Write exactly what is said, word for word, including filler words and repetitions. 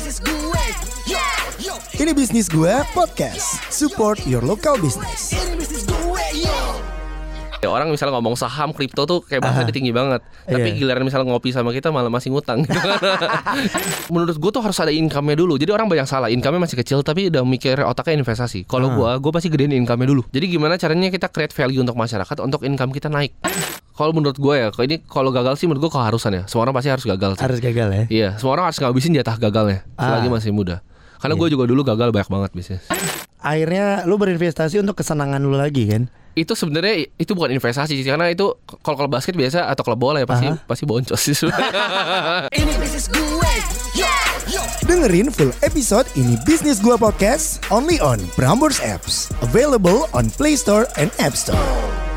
bisnis gue. Yo, yo. Ini Bisnis Gue Podcast. Support your local business. Ini bisnis gue, yo. Ya, orang misalnya ngomong saham, kripto tuh kayak bahasanya tinggi banget. Tapi Iya. giliran misalnya ngopi sama kita malah masih ngutang. Menurut gue tuh harus ada income-nya dulu. Jadi orang banyak salah, income-nya masih kecil tapi udah mikir otaknya investasi. Kalau gue, gue pasti gedein income-nya dulu. Jadi gimana caranya kita create value untuk masyarakat untuk income kita naik. Kalau menurut gue ya, ini kalau gagal sih menurut gue keharusan ya. Semua orang pasti harus gagal sih. Harus gagal ya. Iya, semua orang harus ngabisin jatah gagalnya selagi Ah. masih muda. Karena gue juga dulu gagal banyak banget bisnis. Akhirnya lu berinvestasi untuk kesenangan lu lagi kan? Itu sebenarnya itu bukan investasi sih, karena itu kalau klub basket biasa atau klub bola ya pasti Aha. pasti boncos sih. Ini bisnis gue. Yo, yo. Dengerin full episode Ini Bisnis Gue Podcast only on Prambors Apps. Available on Play Store and App Store.